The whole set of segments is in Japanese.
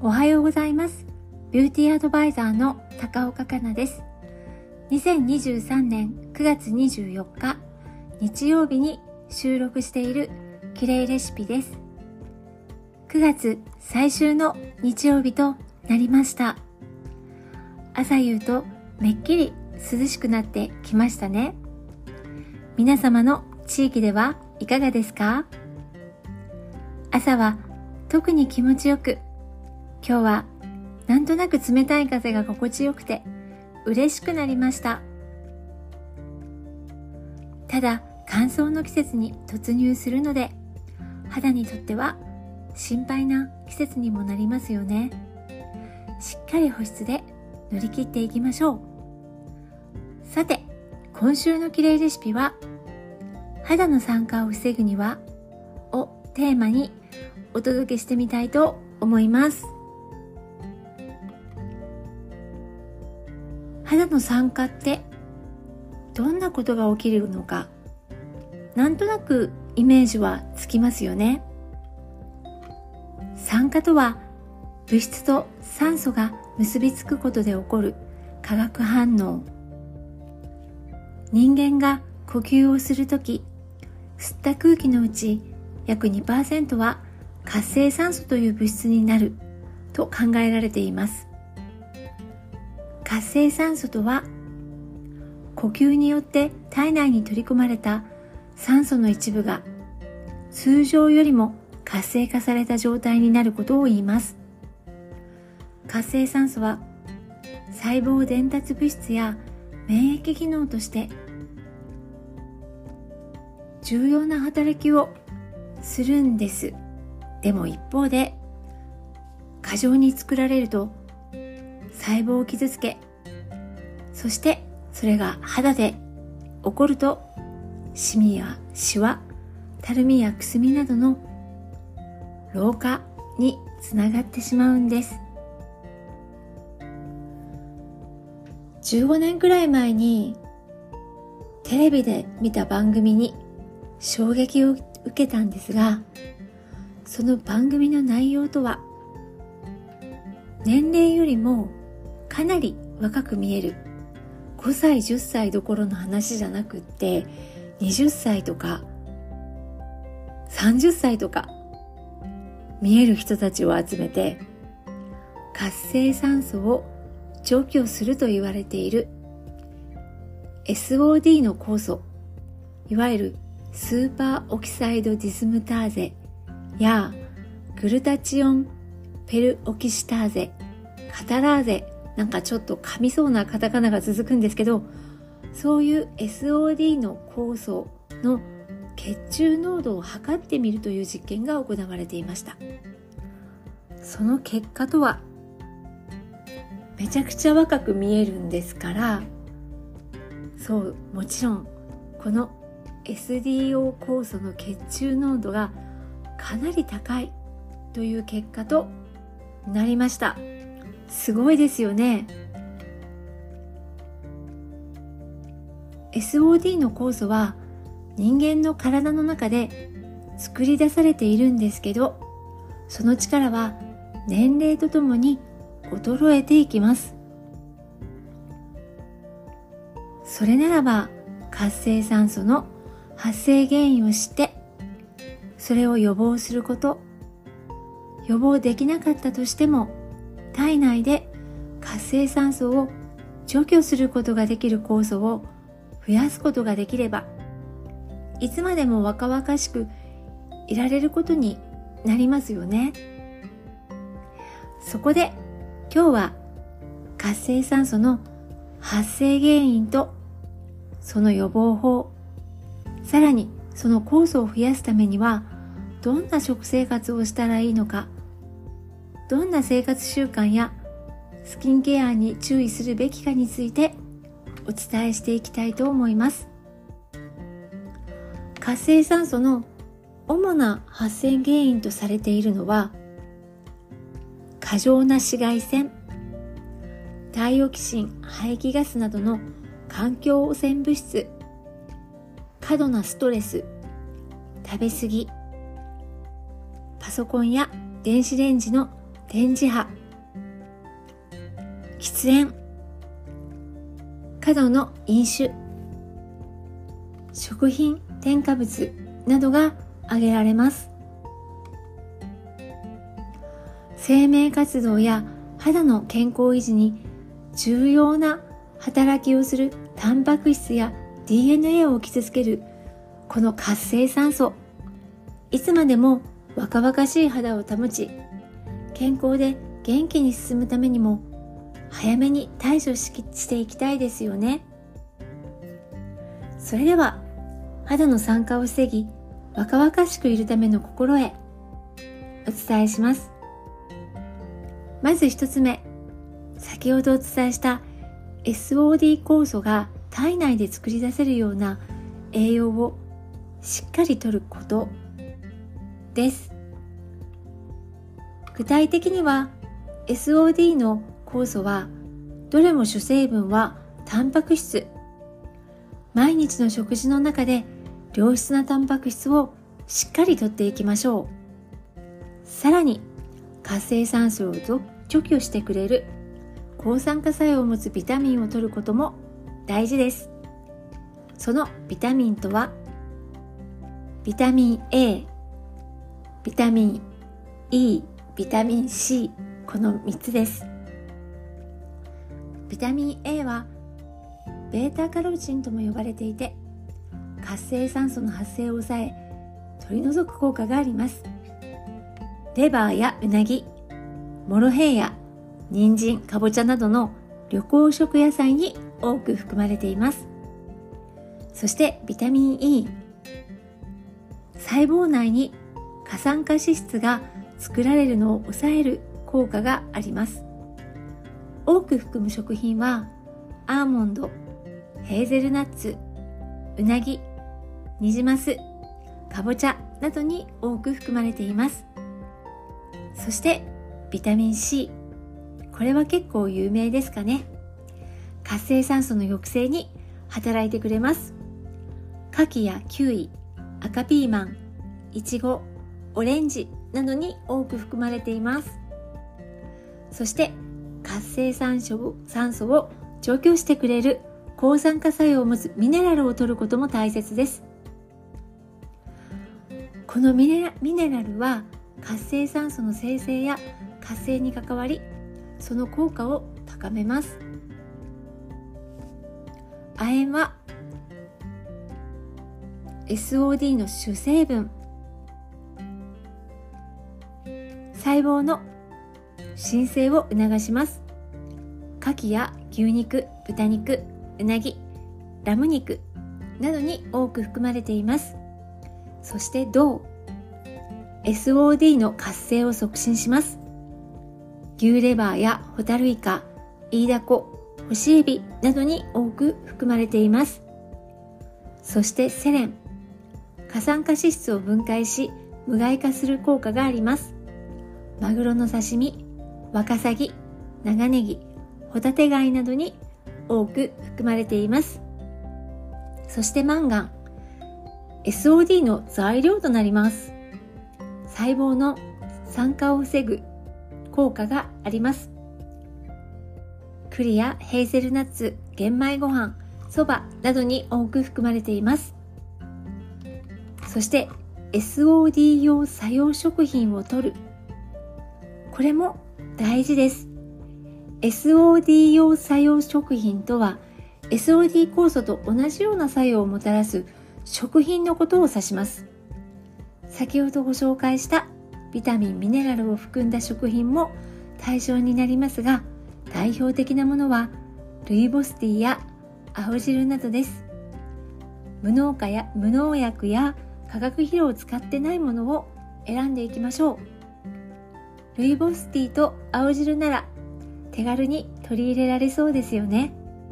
おはようございます。ビューティーアドバイザーの高岡香奈です。2023年9月24日日曜日に収録しているキレイレシピです。9月最終の日曜日となりました。朝夕とめっきり涼しくなってきましたね。皆様の地域ではいかがですか？朝は特に気持ちよく、今日はなんとなく冷たい風が心地よくて嬉しくなりました。ただ乾燥の季節に突入するので、肌にとっては心配な季節にもなりますよね。しっかり保湿で乗り切っていきましょう。さて、今週のキレイレシピは肌の酸化を防ぐにはをテーマにお届けしてみたいと思います。肌の酸化ってどんなことが起きるのか、なんとなくイメージはつきますよね。酸化とは物質と酸素が結びつくことで起こる化学反応。人間が呼吸をするとき、吸った空気のうち約 2% は活性酸素という物質になると考えられています。活性酸素とは、呼吸によって体内に取り込まれた酸素の一部が通常よりも活性化された状態になることを言います。活性酸素は細胞伝達物質や免疫機能として重要な働きをするんです。でも一方で、過剰に作られると細胞を傷つけ、そしてそれが肌で起こるとシミやシワ、たるみやくすみなどの老化につながってしまうんです。15年くらい前にテレビで見た番組に衝撃を受けたんですが、その番組の内容とは、年齢よりもかなり若く見える5歳10歳どころの話じゃなくって、20歳とか30歳とか見える人たちを集めて活性酸素を除去すると言われている SOD の酵素、いわゆるスーパーオキサイドディスムターゼやグルタチオンペルオキシターゼ、カタラーゼ、なんかちょっと噛みそうなカタカナが続くんですけど、そういう SOD の酵素の血中濃度を測ってみるという実験が行われていました。その結果とは、めちゃくちゃ若く見えるんですから、そう、もちろんこの SDO 酵素の血中濃度がかなり高いという結果となりました。すごいですよね。SOD の酵素は人間の体の中で作り出されているんですけど、その力は年齢とともに衰えていきます。それならば活性酸素の発生原因を知って、それを予防すること、予防できなかったとしても体内で活性酸素を除去することができる酵素を増やすことができれば、いつまでも若々しくいられることになりますよね。そこで今日は活性酸素の発生原因とその予防法、さらにその酵素を増やすためにはどんな食生活をしたらいいのか、どんな生活習慣やスキンケアに注意するべきかについてお伝えしていきたいと思います。活性酸素の主な発生原因とされているのは、過剰な紫外線、ダイオキシン排気ガスなどの環境汚染物質、過度なストレス、食べ過ぎ、パソコンや電子レンジの電磁波、喫煙、過度の飲酒、食品添加物などが挙げられます。生命活動や肌の健康維持に重要な働きをするタンパク質や DNA を傷つけるこの活性酸素、いつまでも若々しい肌を保ち、健康で元気に進むためにも早めに対処していきたいですよね。それでは肌の酸化を防ぎ、若々しくいるための心得お伝えします。まず一つ目、先ほどお伝えした SOD 酵素が体内で作り出せるような栄養をしっかりとることです。具体的には SOD の酵素はどれも主成分はタンパク質。毎日の食事の中で良質なタンパク質をしっかりとっていきましょう。さらに活性酸素を除去してくれる抗酸化作用を持つビタミンを摂ることも大事です。そのビタミンとはビタミン A、ビタミン E、ビタミン C、この3つです。ビタミン A はベータカロチンとも呼ばれていて、活性酸素の発生を抑え取り除く効果があります。レバーやうなぎ、モロヘイヤ、人参、かぼちゃなどの緑黄色野菜に多く含まれています。そしてビタミン E、細胞内に過酸化脂質が作られるのを抑える効果があります。多く含む食品はアーモンド、ヘーゼルナッツ、うなぎ、ニジマス、かぼちゃなどに多く含まれています。そしてビタミン C、これは結構有名ですかね。活性酸素の抑制に働いてくれます。牡蠣やキウイ、赤ピーマン、イチゴ、オレンジなどに多く含まれています。そして活性酸素を除去してくれる抗酸化作用を持つミネラルを摂ることも大切です。このミネラルは活性酸素の生成や活性に関わり、その効果を高めます。亜鉛は SOD の主成分、細胞の新生を促します。牡蠣や牛肉、豚肉、うなぎ、ラム肉などに多く含まれています。そして銅、SOD の活性を促進します。牛レバーやホタルイカ、イイダコ、干しエビなどに多く含まれています。そしてセレン、過酸化脂質を分解し無害化する効果があります。マグロの刺身、ワカサギ、長ネギ、ホタテ貝などに多く含まれています。そしてマンガン、SOD の材料となります。細胞の酸化を防ぐ効果があります。栗やヘーゼルナッツ、玄米ご飯、そばなどに多く含まれています。そして SOD 用作用食品を摂る、これも大事です。SOD 用作用食品とは SOD 酵素と同じような作用をもたらす食品のことを指します。先ほどご紹介したビタミン、ミネラルを含んだ食品も対象になりますが、代表的なものはルイボスティーや青汁などです。無農薬や化学肥料を使ってないものを選んでいきましょう。ルイボスティーと青汁なら手軽に取り入れられそうですよね。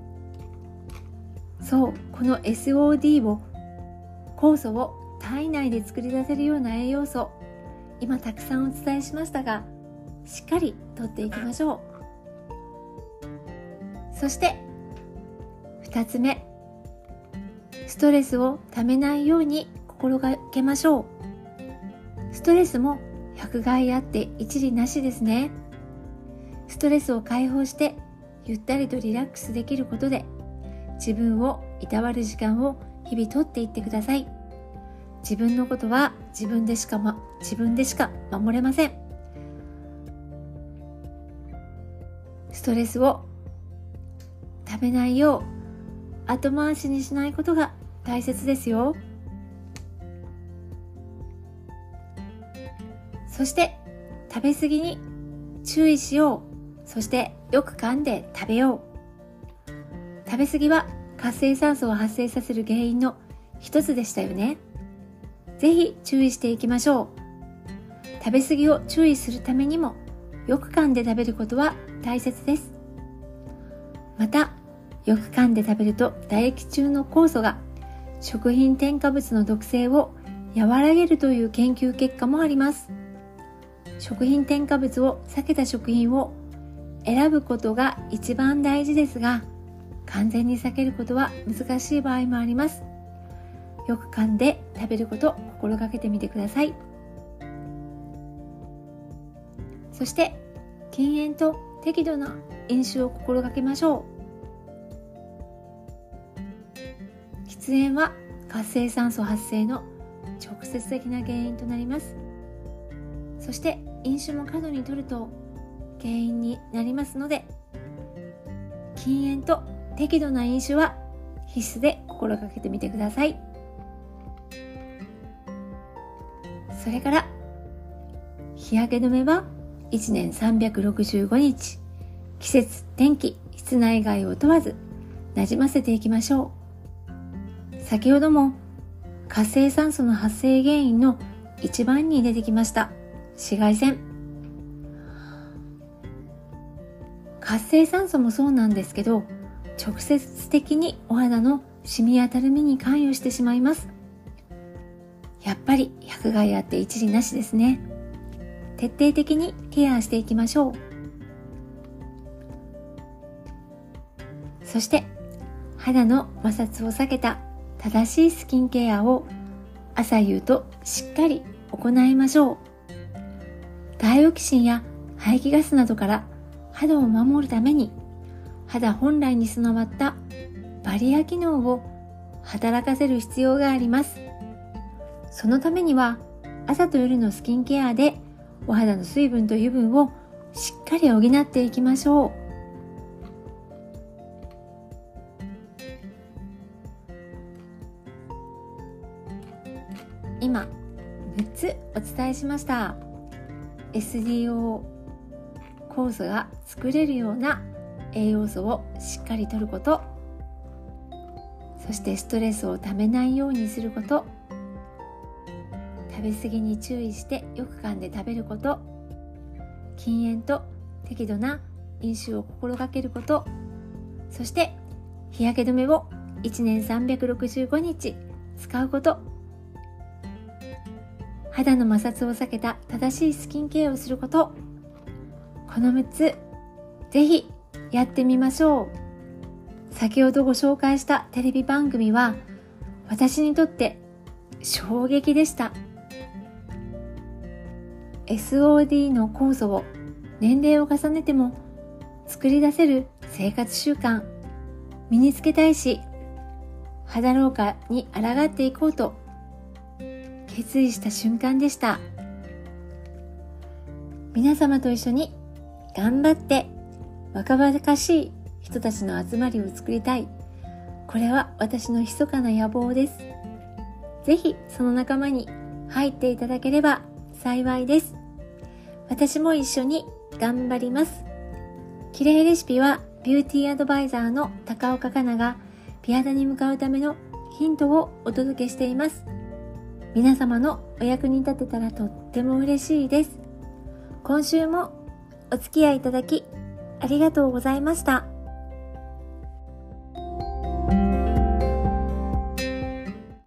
そう、この SOD 酵素を体内で作り出せるような栄養素、今たくさんお伝えしましたが、しっかりとっていきましょう。そして2つ目、ストレスをためないように心がけましょう。ストレスも百害あって一理なしですね。 ストレスを解放してゆったりとリラックスできることで、自分をいたわる時間を日々とっていってください。自分のことは自分でしか守れません。ストレスをためないよう後回しにしないことが大切ですよ。そして食べ過ぎに注意しよう。そしてよく噛んで食べよう。食べ過ぎは活性酸素を発生させる原因の一つでしたよね。ぜひ注意していきましょう。食べ過ぎを注意するためにもよく噛んで食べることは大切です。また、よく噛んで食べると唾液中の酵素が食品添加物の毒性を和らげるという研究結果もあります。食品添加物を避けた食品を選ぶことが一番大事ですが、完全に避けることは難しい場合もあります。よく噛んで食べることを心がけてみてください。そして禁煙と適度な飲酒を心がけましょう。喫煙は活性酸素発生の直接的な原因となります。そして飲酒も過度に摂ると原因になりますので、禁煙と適度な飲酒は必須で心がけてみてください。それから日焼け止めは1年365日、季節、天気、室内外を問わずなじませていきましょう。先ほども活性酸素の発生原因の一番に出てきました紫外線。活性酸素もそうなんですけど、直接的にお肌のシミやたるみに関与してしまいます。やっぱり百害あって一理なしですね。徹底的にケアしていきましょう。そして肌の摩擦を避けた正しいスキンケアを朝夕としっかり行いましょう。ダイオキシンや排気ガスなどから肌を守るために、肌本来に備わったバリア機能を働かせる必要があります。そのためには朝と夜のスキンケアでお肌の水分と油分をしっかり補っていきましょう。今6つお伝えしました。 SDO 酵素が作れるような栄養素をしっかり摂ること、そしてストレスをためないようにすること、食べ過ぎに注意してよく噛んで食べること、禁煙と適度な飲酒を心がけること、そして日焼け止めを1年365日使うこと、肌の摩擦を避けた正しいスキンケアをすること、この6つぜひやってみましょう。先ほどご紹介したテレビ番組は私にとって衝撃でした。SOD の酵素を年齢を重ねても作り出せる生活習慣身につけたいし、肌老化に抗っていこうと決意した瞬間でした。皆様と一緒に頑張って若々しい人たちの集まりを作りたい。これは私の密かな野望です。ぜひその仲間に入っていただければ幸いです。私も一緒に頑張ります。綺麗レシピはビューティーアドバイザーの高岡香菜が美肌に向かうためのヒントをお届けしています。皆様のお役に立てたらとっても嬉しいです。今週もお付き合いいただきありがとうございました。